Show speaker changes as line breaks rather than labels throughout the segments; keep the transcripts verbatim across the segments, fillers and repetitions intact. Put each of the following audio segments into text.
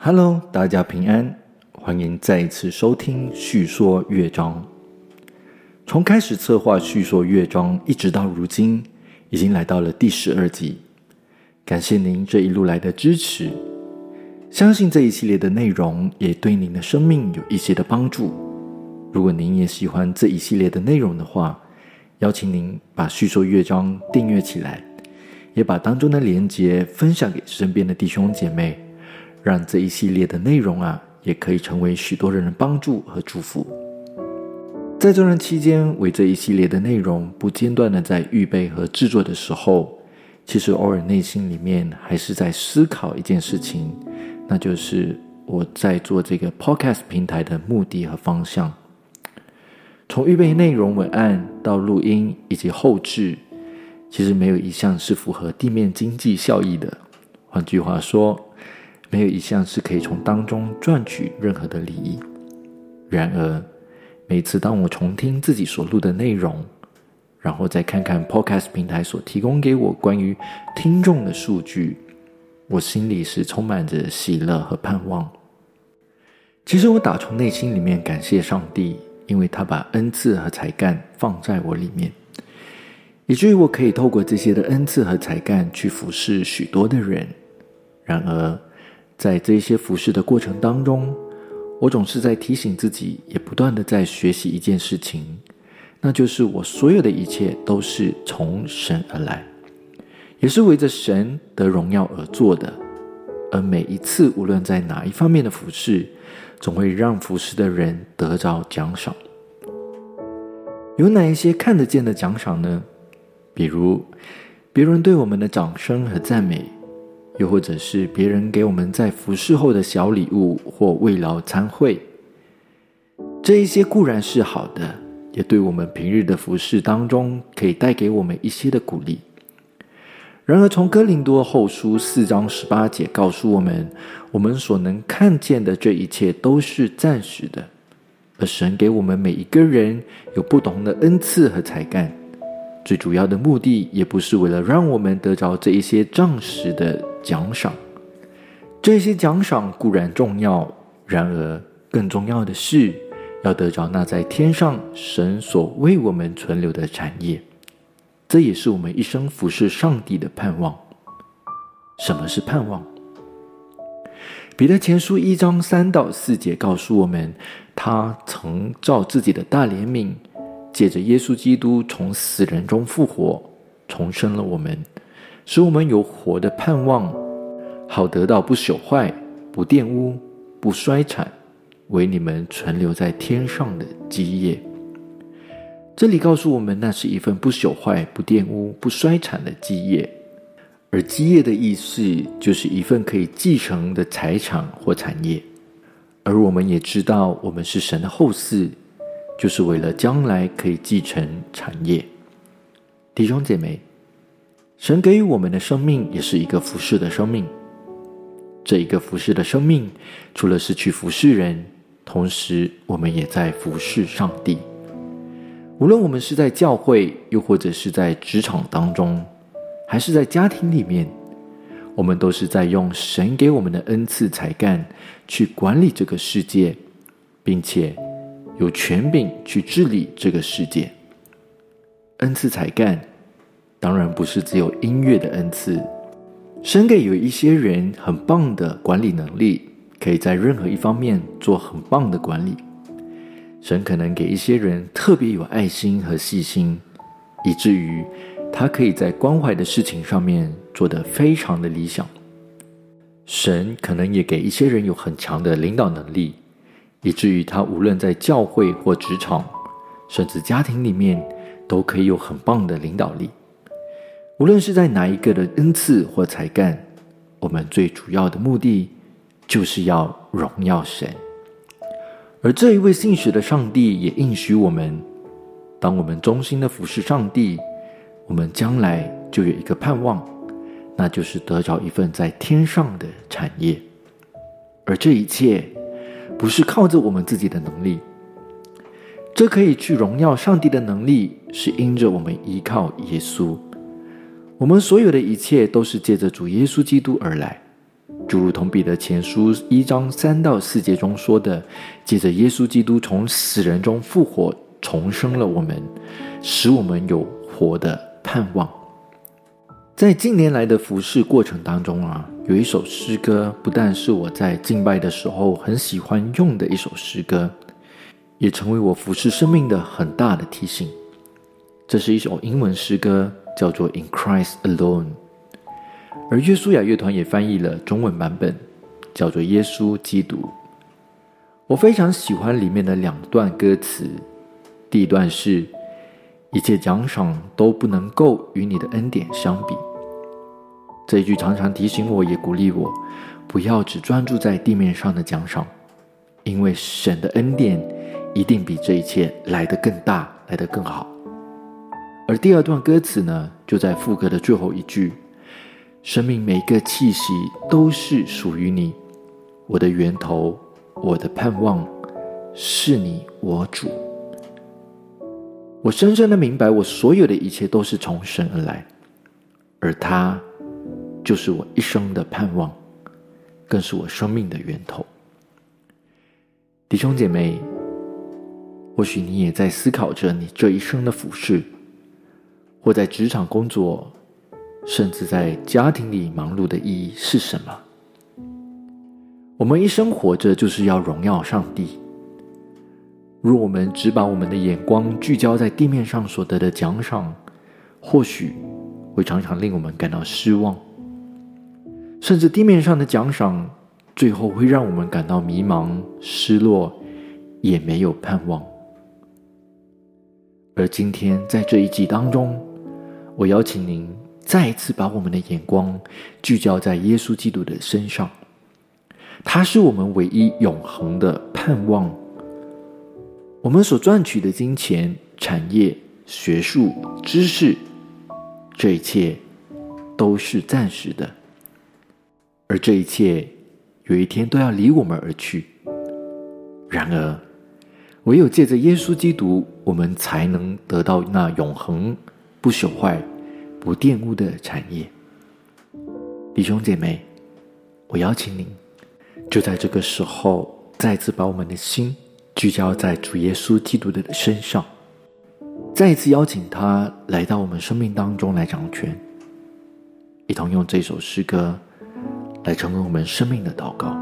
Hello， 大家平安，欢迎再一次收听叙说乐章。从开始策划叙说乐章一直到如今，已经来到了第十二集。感谢您这一路来的支持，相信这一系列的内容也对您的生命有一些的帮助。如果您也喜欢这一系列的内容的话，邀请您把叙说乐章订阅起来，也把当中的连结分享给身边的弟兄姐妹，让这一系列的内容啊，也可以成为许多人的帮助和祝福。在这段期间，为这一系列的内容不间断的在预备和制作的时候，其实偶尔内心里面还是在思考一件事情，那就是我在做这个 podcast 平台的目的和方向。从预备内容文案到录音以及后制，其实没有一项是符合地面经济效益的。换句话说，没有一项是可以从当中赚取任何的利益。然而，每次当我重听自己所录的内容，然后再看看 Podcast 平台所提供给我关于听众的数据，我心里是充满着喜乐和盼望。其实我打从内心里面感谢上帝，因为他把恩赐和才干放在我里面，以至于我可以透过这些的恩赐和才干去服侍许多的人。然而在这些服侍的过程当中，我总是在提醒自己，也不断的在学习一件事情，那就是我所有的一切都是从神而来，也是为着神得荣耀而做的。而每一次无论在哪一方面的服侍，总会让服侍的人得着奖赏。有哪一些看得见的奖赏呢？比如别人对我们的掌声和赞美，又或者是别人给我们在服侍后的小礼物或慰劳餐会。这一些固然是好的，也对我们平日的服侍当中可以带给我们一些的鼓励。然而从哥林多后书四章十八节告诉我们，我们所能看见的这一切都是暂时的，而神给我们每一个人有不同的恩赐和才干，最主要的目的也不是为了让我们得着这一些暂时的奖赏。这些奖赏固然重要，然而更重要的是要得着那在天上神所为我们存留的产业。这也是我们一生服侍上帝的盼望。什么是盼望？彼得前书一章三到四节告诉我们，他曾照自己的大怜悯，借着耶稣基督从死人中复活，重生了我们，使我们有活的盼望，好得到不朽坏、不玷污、不衰残，为你们存留在天上的基业。这里告诉我们，那是一份不朽坏、不玷污、不衰残的基业。而基业的意思就是一份可以继承的财产或产业。而我们也知道，我们是神的后嗣，就是为了将来可以继承产业。弟兄姐妹，神给予我们的生命也是一个服侍的生命。这一个服侍的生命，除了是去服侍人，同时我们也在服侍上帝。无论我们是在教会，又或者是在职场当中，还是在家庭里面，我们都是在用神给我们的恩赐才干去管理这个世界，并且有权柄去治理这个世界。恩赐才干当然不是只有音乐的恩赐，神给有一些人很棒的管理能力，可以在任何一方面做很棒的管理。神可能给一些人特别有爱心和细心，以至于他可以在关怀的事情上面做得非常的理想。神可能也给一些人有很强的领导能力，以至于他无论在教会或职场，甚至家庭里面，都可以有很棒的领导力。无论是在哪一个的恩赐或才干，我们最主要的目的就是要荣耀神。而这一位信实的上帝也应许我们，当我们忠心的服侍上帝，我们将来就有一个盼望，那就是得着一份在天上的产业。而这一切不是靠着我们自己的能力，这可以去荣耀上帝的能力，是因着我们依靠耶稣。我们所有的一切都是借着主耶稣基督而来。 就如同彼得前书一章三到四节中说的，借着耶稣基督从死人中复活，重生了我们，使我们有活的盼望。在近年来的服事过程当中啊，有一首诗歌，不但是我在敬拜的时候很喜欢用的一首诗歌，也成为我服事生命的很大的提醒。这是一首英文诗歌，叫做 In Christ Alone， 而约书亚乐团也翻译了中文版本，叫做耶稣基督。我非常喜欢里面的两段歌词，第一段是一切奖赏都不能够与你的恩典相比。这一句常常提醒我，也鼓励我，不要只专注在地面上的奖赏，因为神的恩典一定比这一切来得更大，来得更好。而第二段歌词呢，就在副歌的最后一句，生命每一个气息都是属于你，我的源头，我的盼望，是你我主。我深深的明白，我所有的一切都是从神而来，而他就是我一生的盼望，更是我生命的源头。弟兄姐妹，或许你也在思考着你这一生的服事，或在职场工作，甚至在家庭里忙碌的意义是什么？我们一生活着就是要荣耀上帝。若我们只把我们的眼光聚焦在地面上所得的奖赏，或许会常常令我们感到失望，甚至地面上的奖赏最后会让我们感到迷茫、失落，也没有盼望。而今天在这一集当中，我邀请您再一次把我们的眼光聚焦在耶稣基督的身上，他是我们唯一永恒的盼望。我们所赚取的金钱、产业、学术、知识，这一切都是暂时的，而这一切有一天都要离我们而去。然而唯有借着耶稣基督，我们才能得到那永恒、不朽坏、不玷污的产业。弟兄姐妹，我邀请您就在这个时候再次把我们的心聚焦在主耶稣基督的身上，再一次邀请他来到我们生命当中来掌权，一同用这首诗歌来成为我们生命的祷告。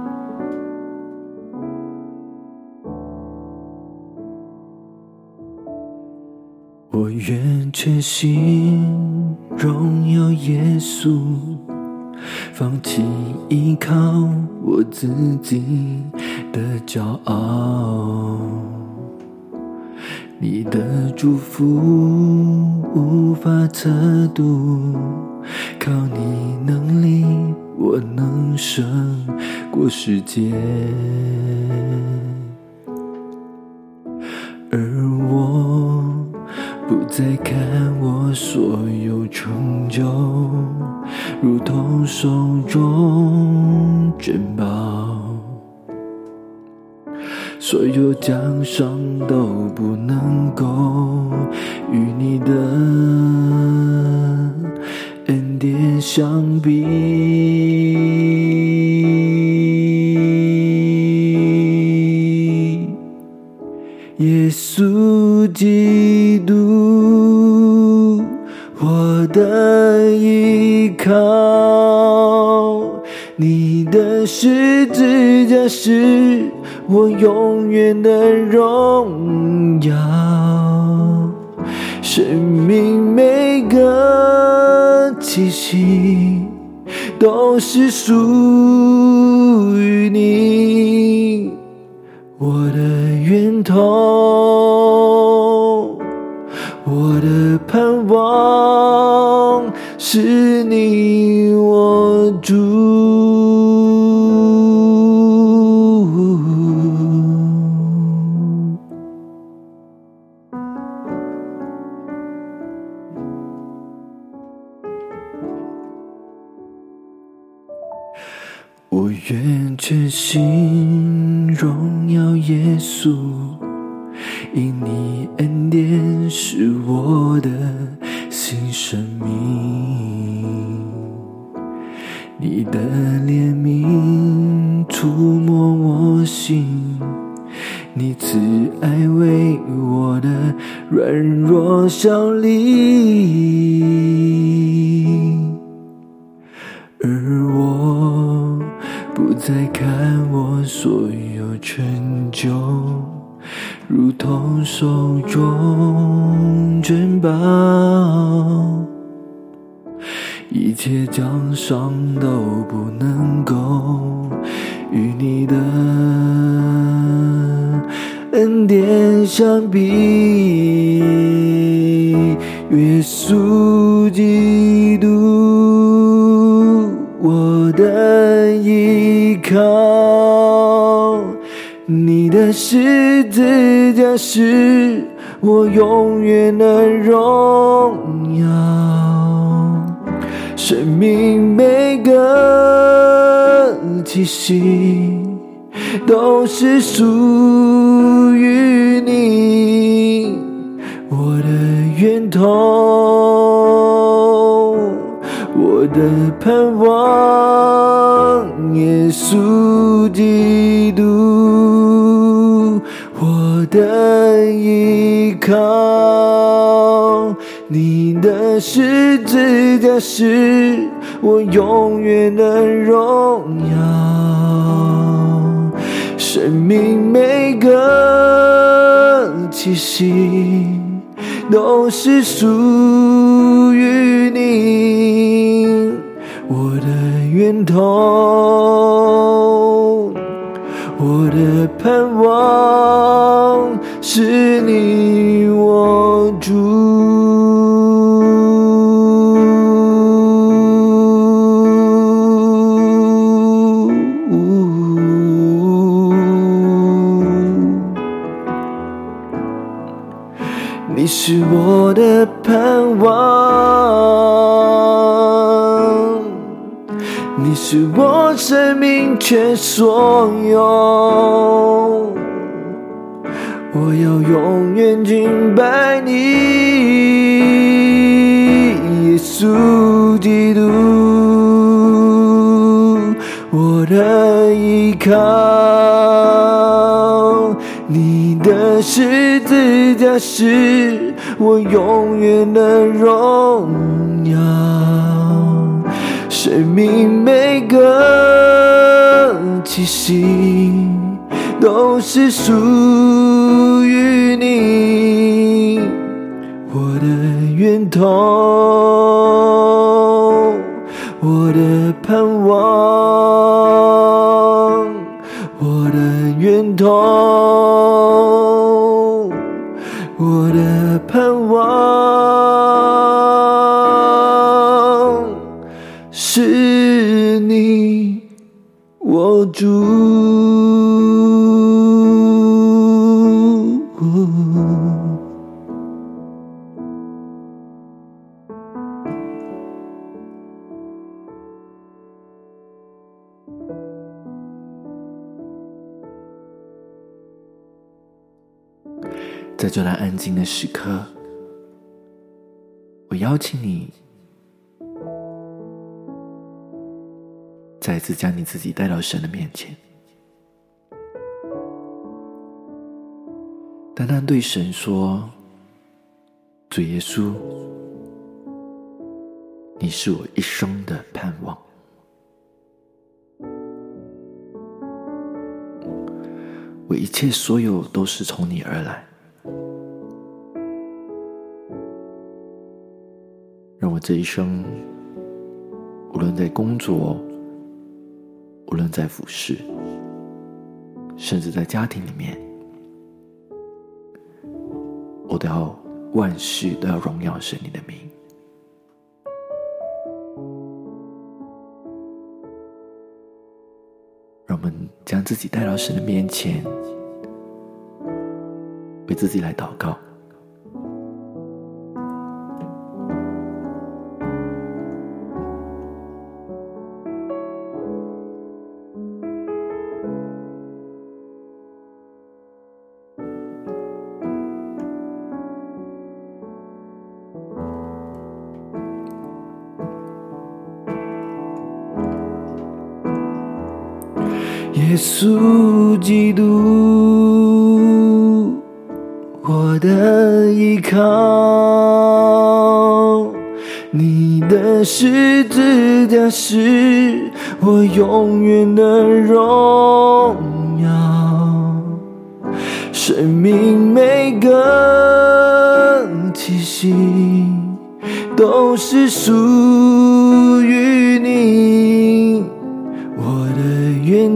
我愿全心荣耀耶稣，放弃依靠我自己的骄傲，你的祝福无法测度，靠你能力我能胜过世界，而我不再看我所有成就如同手中珍宝，所有奖赏都不能够与你的恩典相比。耶稣基督，我的依靠，你的十字架是我永远的荣耀，生命每个气息都是属于你，我的源头，我的盼望，是你我主。我愿全心荣耀耶稣，因你恩典是我的新生命， 你的怜悯触摸我心，你慈爱为我的软弱效力，而我不再看我所有成就如同手中珍宝，一切奖赏都不能够与你的恩典相比。耶稣基督，我的依靠，你的十字架是我永远的荣耀，生命每个气息都是属于你，我的源头，我的盼望，耶稣基督，我的依靠，你的十字架是我永远的荣耀，生命每个气息都是属于你，我的源头，我的盼望是你我主。你是我的盼望，你是我生命全所有，我要永远敬拜你，耶稣基督，我的依靠，你的十字架是我永远的荣耀，生命每个气息都是属于你，我的源头，我的盼望，我的源头，我的盼望是你我主。
在这段安静的时刻，我邀请你再一次将你自己带到神的面前，单单对神说：主耶稣，你是我一生的盼望，我一切所有都是从你而来，让我这一生无论在工作，无论在服事，甚至在家庭里面，我都要万事都要荣耀神你的名。让我们将自己带到神的面前，为自己来祷告。
耶稣基督，我的依靠，你的十字架是我永远的荣耀，生命每个气息都是属于你，我的源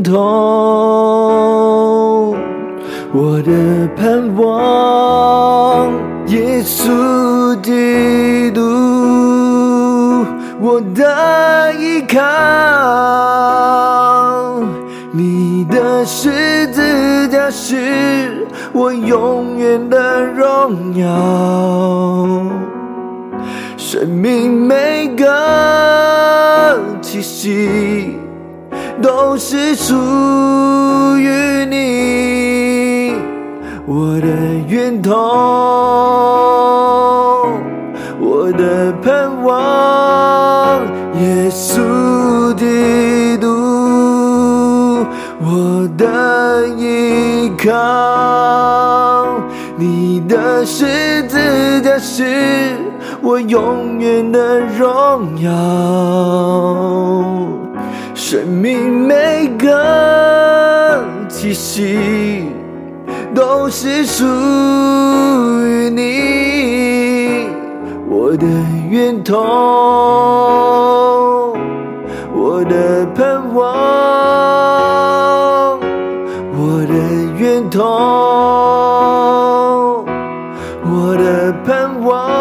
头，我的盼望，耶稣基督，我的依靠，你的十字架是我永远的荣耀，生命每个气息都是属于你，我的源头，我的盼望，耶稣基督，我的依靠，你的十字架是我永远的荣耀，生命每个气息都是属于你，我的源头，我的盼望，我的源头，我的盼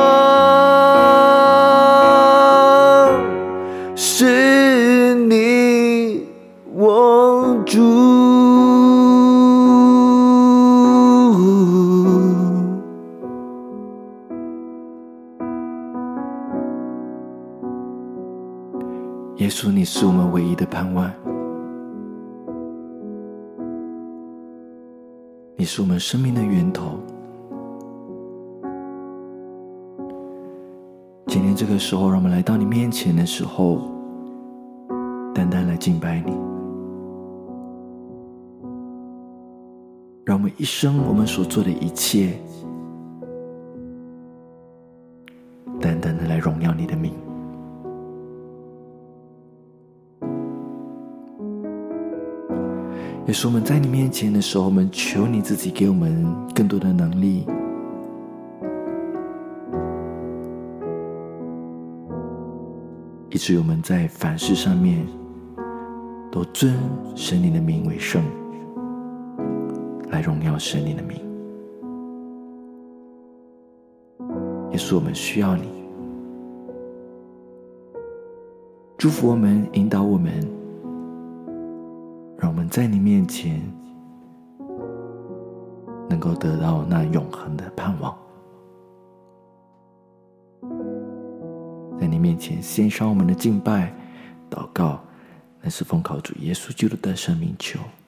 望，是你我主。耶稣，你是我们唯一的盼望，你是我们生命的源头。今天这个时候，让我们来到你面前的时候，单单来敬拜你，让我们一生我们所做的一切，单单的来荣耀你的名。也是我们在你面前的时候，我们求你自己给我们更多的能力，以至于我们在凡事上面都尊神你的名为圣，来荣耀神你的名。耶稣，我们需要你，祝福我们，引导我们，让我们在你面前能够得到那永恒的盼望，在你面前献上我们的敬拜祷告，那是奉靠主耶稣基督的圣名求。